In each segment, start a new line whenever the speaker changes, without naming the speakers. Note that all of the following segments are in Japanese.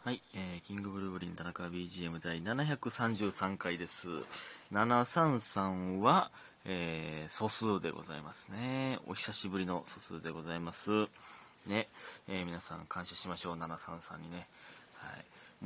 はい、キングブルーブリン田中 BGM 第733回です。733は、素数でございますね。お久しぶりの素数でございます。ね、皆さん感謝しましょう、733にね。はい、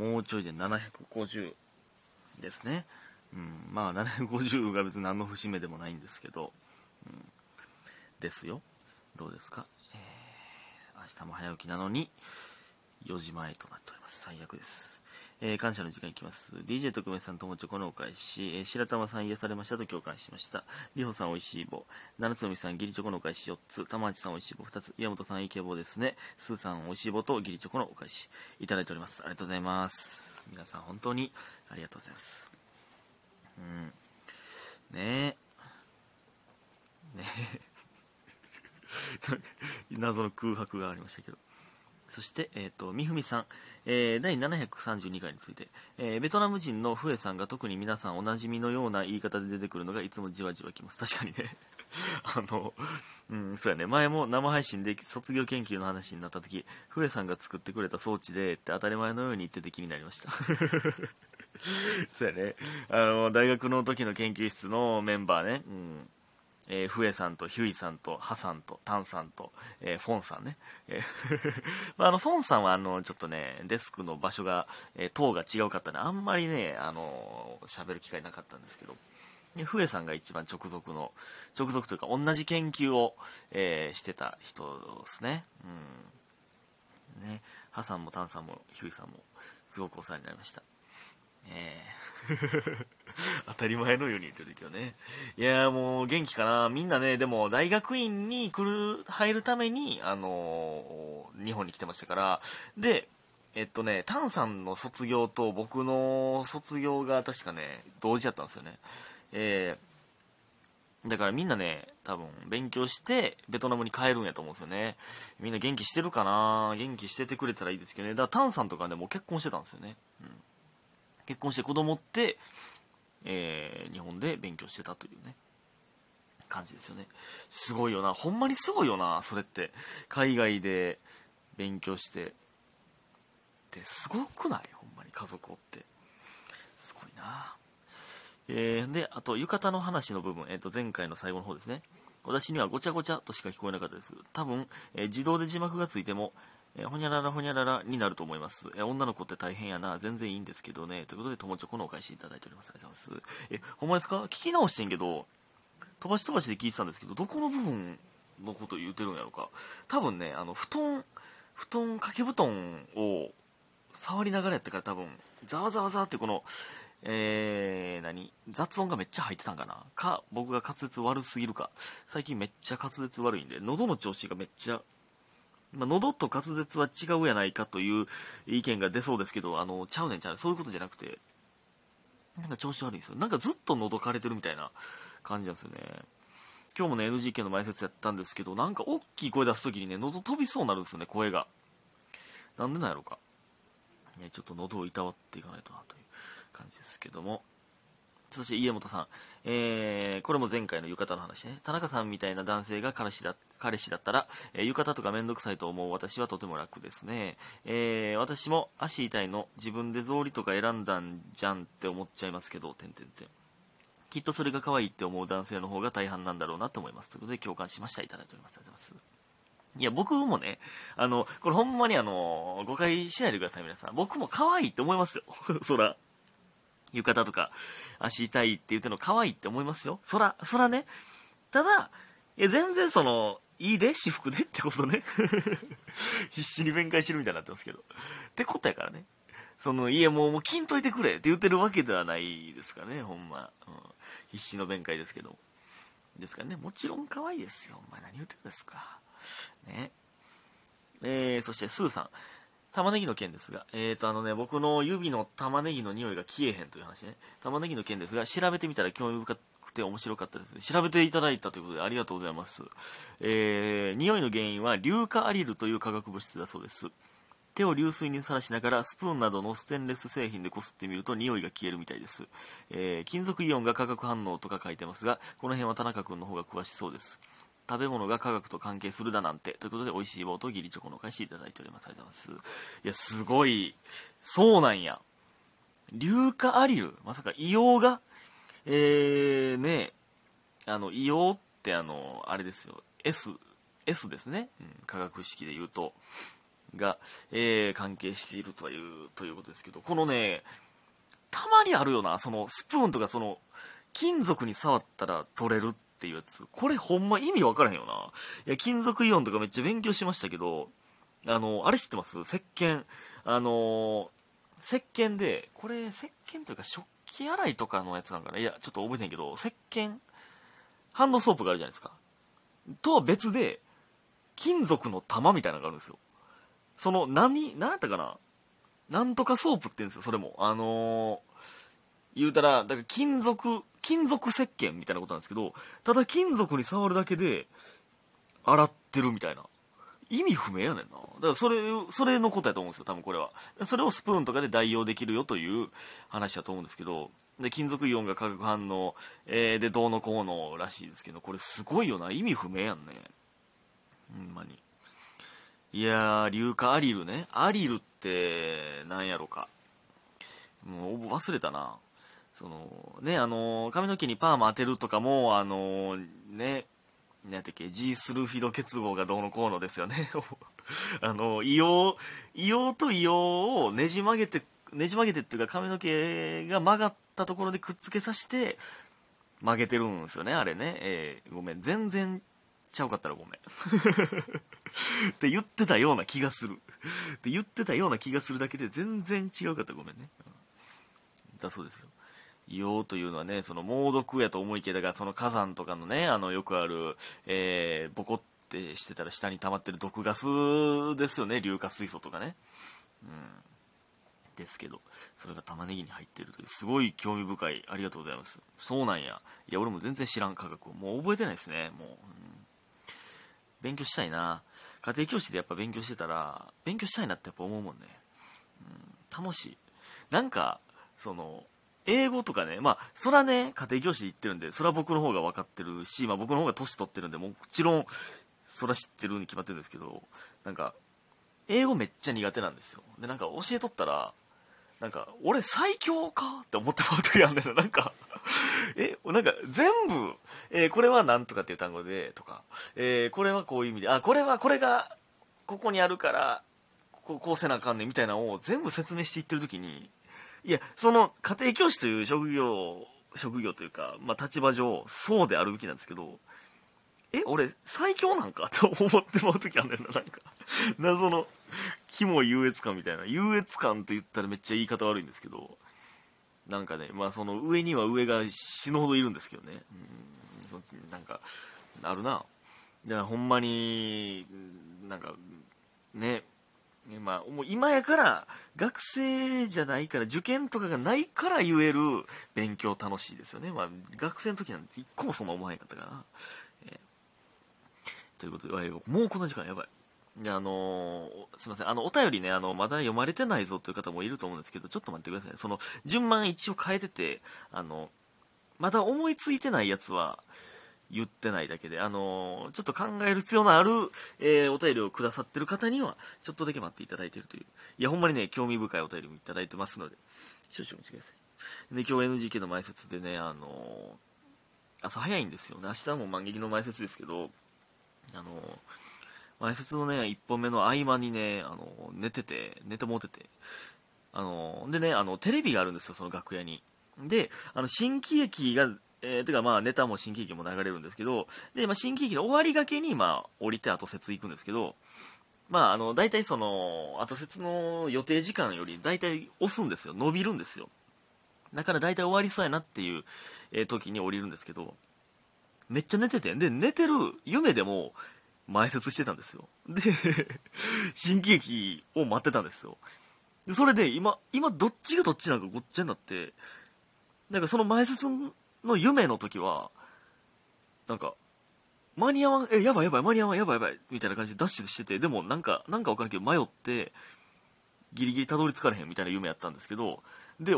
もうちょいで750ですね。まあ750が別に何の節目でもないんですけど、ですよ。どうですか、明日も早起きなのに、4時前となっております。最悪です。感謝の時間いきます。DJ 特命さん、ともちょこのお返し、白玉さん癒されましたと共感しました。りほさんおいしい棒、七つのみさんギリチョコのお返し4つ、玉内さんおいしい棒2つ、岩本さんイケボですね、スーさんおいしい棒とギリチョコのお返しいただいております。ありがとうございます。皆さん本当にありがとうございます。ねえ謎の空白がありましたけど、そして、みふみさん、第732回について、ベトナム人のフエさんが特に皆さんおなじみのような言い方で出てくるのがいつもじわじわきます。確かにね。そうやね。前も生配信で卒業研究の話になった時、フエさんが作ってくれた装置でって当たり前のように言ってて気になりました。そうやね。大学の時の研究室のメンバーね。フエさんとヒュイさんとハさんとタンさんと、フォンさんね、まあ、フォンさんはちょっとねデスクの場所が、塔が違うかったね、あんまりね喋る機会なかったんですけど、フエさんが一番直属というか同じ研究を、してた人ですね。ね、ハさんもタンさんもヒュイさんもすごくお世話になりました。当たり前のように言ってるけどね。いやもう元気かな。みんなね、でも大学院に入るために、日本に来てましたから。で、タンさんの卒業と僕の卒業が確かね、同時だったんですよね。だからみんなね、多分勉強してベトナムに帰るんやと思うんですよね。みんな元気してるかな。元気しててくれたらいいですけどね。だからタンさんとかね、もう結婚してたんですよね。結婚して子供って、日本で勉強してたというね感じですよね。すごいよな、ほんまにすごいよな、それって。海外で勉強してってすごくない？ほんまに家族をってすごいな。で、あと浴衣の話の部分、前回の最後の方ですね。私にはごちゃごちゃとしか聞こえなかったです。多分、自動で字幕がついても、ほにゃららほにゃららになると思います。女の子って大変やな、全然いいんですけどね。ということで、ともちょこのお返しいただいております。ありがとうございます。ほんまですか？聞き直してんけど、飛ばし飛ばしで聞いてたんですけど、どこの部分のことを言うてるんやろか。多分ね、掛け布団を触りながらやったから多分、ざわざわざわってこの、雑音がめっちゃ入ってたんかなか、僕が滑舌悪すぎるか。最近めっちゃ滑舌悪いんで、喉の調子がめっちゃ、喉と滑舌は違うやないかという意見が出そうですけど、ちゃうねんちゃうねん。そういうことじゃなくて、なんか調子悪いんですよ。なんかずっと喉枯れてるみたいな感じなんですよね。今日もね、NGK の前説やったんですけど、なんか大きい声出すときにね、喉飛びそうになるんですよね、声が。なんでなんやろか。ね、ちょっと喉をいたわっていかないとなという感じですけども。そして家元さん、これも前回の浴衣の話ね。田中さんみたいな男性が彼氏だったら、浴衣とかめんどくさいと思う私はとても楽ですね。私も足痛いの自分で草履とか選んだんじゃんって思っちゃいますけど、きっとそれが可愛いって思う男性の方が大半なんだろうなと思います。ということで共感しました。いただいております。ありがとうございます。いや、僕もね、これほんまに誤解しないでください、皆さん。僕も可愛いって思いますよ。そら。浴衣とか足痛いって言ってるの可愛いって思いますよ。そらね。ただ、いや全然いいで、私服でってことね。必死に弁解してるみたいになってますけど。ってことやからね。いやもう金といてくれって言ってるわけではないですからね、ほんま。必死の弁解ですけど。ですからね、もちろん可愛いですよ。お前何言ってるんですか。ね。そしてスーさん。玉ねぎの件ですが、僕の指の玉ねぎの匂いが消えへんという話ね。玉ねぎの件ですが、調べてみたら興味深くて面白かったです。調べていただいたということでありがとうございます。匂いの原因は硫化アリルという化学物質だそうです。手を流水にさらしながらスプーンなどのステンレス製品でこすってみると匂いが消えるみたいです。金属イオンが化学反応とか書いてますが、この辺は田中君の方が詳しそうです。食べ物が科学と関係するだなんてということで、美味しい棒と義理チョコのお返しいただいております。ありがとうございます。いや、すそうなんや。硫化アリル、まさか硫黄が、ね、硫黄ってあれですよ。S ですね。化学式で言うと。が、関係しているということですけど、このね、たまにあるよな、そのスプーンとかその、金属に触ったら取れるっていうやつ。これほんま意味わからへんよな。いや、金属イオンとかめっちゃ勉強しましたけど、あれ知ってます？石鹸。石鹸で、これ石鹸というか食器洗いとかのやつなんかな。いや、ちょっと覚えてんけど、石鹸、ハンドソープがあるじゃないですか。とは別で、金属の玉みたいなのがあるんですよ。その、なんやったかな、なんとかソープって言うんですよ、それも。言うたら、だから金属石鹸みたいなことなんですけど、ただ金属に触るだけで、洗ってるみたいな。意味不明やねんな。だからそれのことやと思うんですよ、多分これは。それをスプーンとかで代用できるよという話だと思うんですけど、で、金属イオンが化学反応、で、どうのこうのらしいですけど、これすごいよな。意味不明やんね。ほんまに。いやー、硫化アリルね。アリルって、なんやろか。もう忘れたな。その、ね、髪の毛にパーマ当てるとかも、ね、何やったっけ、G スルフィド結合がどうのこうのですよね。硫黄と硫黄をねじ曲げてっていうか髪の毛が曲がったところでくっつけさせて曲げてるんですよね、あれね。ごめん。全然ちゃうかったらごめん。って言ってたような気がする。って言ってたような気がするだけで全然違うかったらごめんね。だそうですよ。硫黄というのはね、その猛毒やと思いきや、だからその火山とかのね、よくある、ボコってしてたら下に溜まってる毒ガスですよね、硫化水素とかね。ですけど、それが玉ねぎに入ってるという、すごい興味深い、ありがとうございます。そうなんや。いや、俺も全然知らん科学を。もう覚えてないですね、もう。勉強したいな。家庭教師でやっぱ勉強してたら、勉強したいなってやっぱ思うもんね。楽しい。なんか、その、英語とかね、まあ、そらね、家庭教師で行ってるんで、そら僕の方が分かってるし、まあ僕の方が年取ってるんで、もちろん、そら知ってるに決まってるんですけど、なんか、英語めっちゃ苦手なんですよ。で、なんか教えとったら、なんか、俺最強かって思ってもらう時あんねんな。なんかなんか全部、これはなんとかっていう単語で、とか、これはこういう意味で、これが、ここにあるから、こうせなあかんねんみたいなのを全部説明していってる時に、いや、その家庭教師という職業というか、まあ立場上、そうであるべきなんですけど、俺最強なんかと思ってまう時あんねんな、なんか。謎の、キモい優越感みたいな。優越感と言ったらめっちゃ言い方悪いんですけど、なんかね、まあその上には上が死ぬほどいるんですけどね。なんか、あるな。いや、ほんまに、なんか、ね、まあ、もう今やから学生じゃないから受験とかがないから言える勉強楽しいですよね。まあ学生の時なんて一個もそんな思わへんかったからな。ということで、もうこんな時間やばい。で、すいません。お便りね、まだ読まれてないぞという方もいると思うんですけど、ちょっと待ってください。その、順番一応変えてて、まだ思いついてないやつは、言ってないだけで、ちょっと考える必要のある、お便りをくださってる方には、ちょっとだけ待っていただいているという。いや、ほんまにね、興味深いお便りもいただいてますので、少々お待ちください。で、今日 NGK の前説でね、朝早いんですよね。明日も万劇の前説ですけど、前説のね、1本目の合間にね、寝てもうてて、でね、テレビがあるんですよ、その楽屋に。で、新喜劇が、てかまあネタも新喜劇も流れるんですけど、で、まあ新喜劇の終わりがけにまあ降りて後説行くんですけど、まあ大体その、後説の予定時間より大体押すんですよ。伸びるんですよ。だから大体終わりそうやなっていう、時に降りるんですけど、めっちゃ寝てて、で、寝てる夢でも前説してたんですよ。で、新喜劇を待ってたんですよ。で、それで今どっちがどっちなんかごっちゃになって、なんかその前説の夢の時は、なんか、間に合わん、やばい、間に合わん、やばい、みたいな感じでダッシュしてて、でもなんかわからんけど迷って、ギリギリたどり着かれへんみたいな夢やったんですけど、で、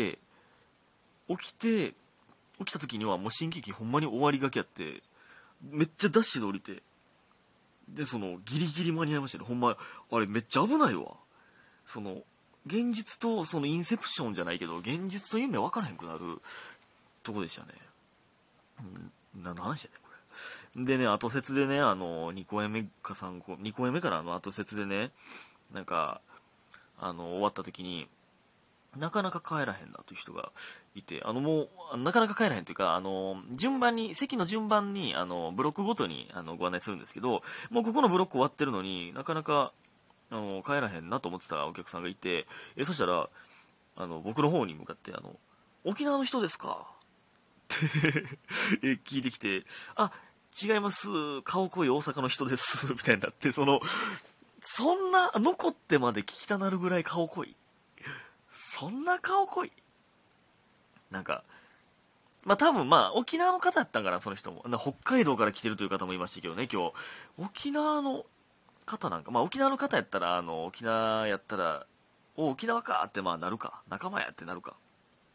起きた時にはもう新喜劇ほんまに終わりがけやって、めっちゃダッシュで降りて、で、その、ギリギリ間に合いましたね。ほんま、あれめっちゃ危ないわ。その、 現実とそのインセプションじゃないけど、現実と夢分からへんくなるとこでしたね。何の話やねんこれ。でね、後説でね、2公演目か2公演目から後説でね、なんか終わった時に、なかなか帰らへんなという人がいて、もうなかなか帰らへんというか、順番に、席の順番にブロックごとにご案内するんですけど、もうここのブロック終わってるのになかなか帰らへんなと思ってたお客さんがいて、そしたら僕の方に向かって沖縄の人ですかって聞いてきて、あ、違います、顔濃い大阪の人ですみたいになって、そんな残ってまで聞きたなるぐらい顔濃い、そんな顔濃い、なんか、まあ多分沖縄の方やったんかな、その人も。北海道から来てるという方もいましたけどね、今日。沖縄の方なんか、沖縄の方やったら、沖縄やったら、沖縄かってなるか。仲間やってなるか。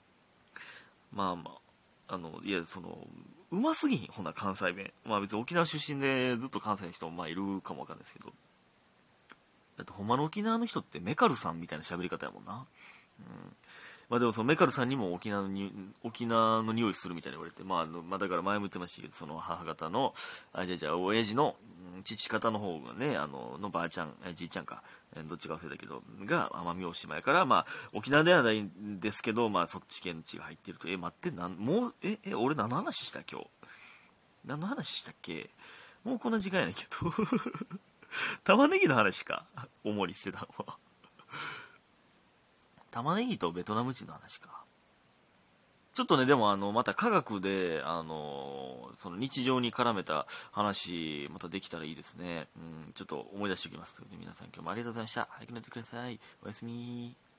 いや、うますぎん、ほな、関西弁。別に沖縄出身でずっと関西の人もいるかもわかんないですけど。だってほんまの沖縄の人ってメカルさんみたいな喋り方やもんな。でもそのメカルさんにも沖縄の匂いするみたいに言われて、だから前も言ってましたけど、その母方の、親父の、父方の方がね、のばあちゃん、じいちゃんか、どっちか忘れたけど、が奄美大島やから、沖縄ではないんですけど、そっち系の血が入ってると。待って、俺何の話した今日。何の話したっけ。もうこんな時間やねんけど。玉ねぎの話か。主にしてたのは。玉ねぎとベトナム人の話か。ちょっとね、でもまた科学で、その日常に絡めた話、またできたらいいですね。ちょっと思い出しておきますので、皆さん今日もありがとうございました。早く寝てください。おやすみ。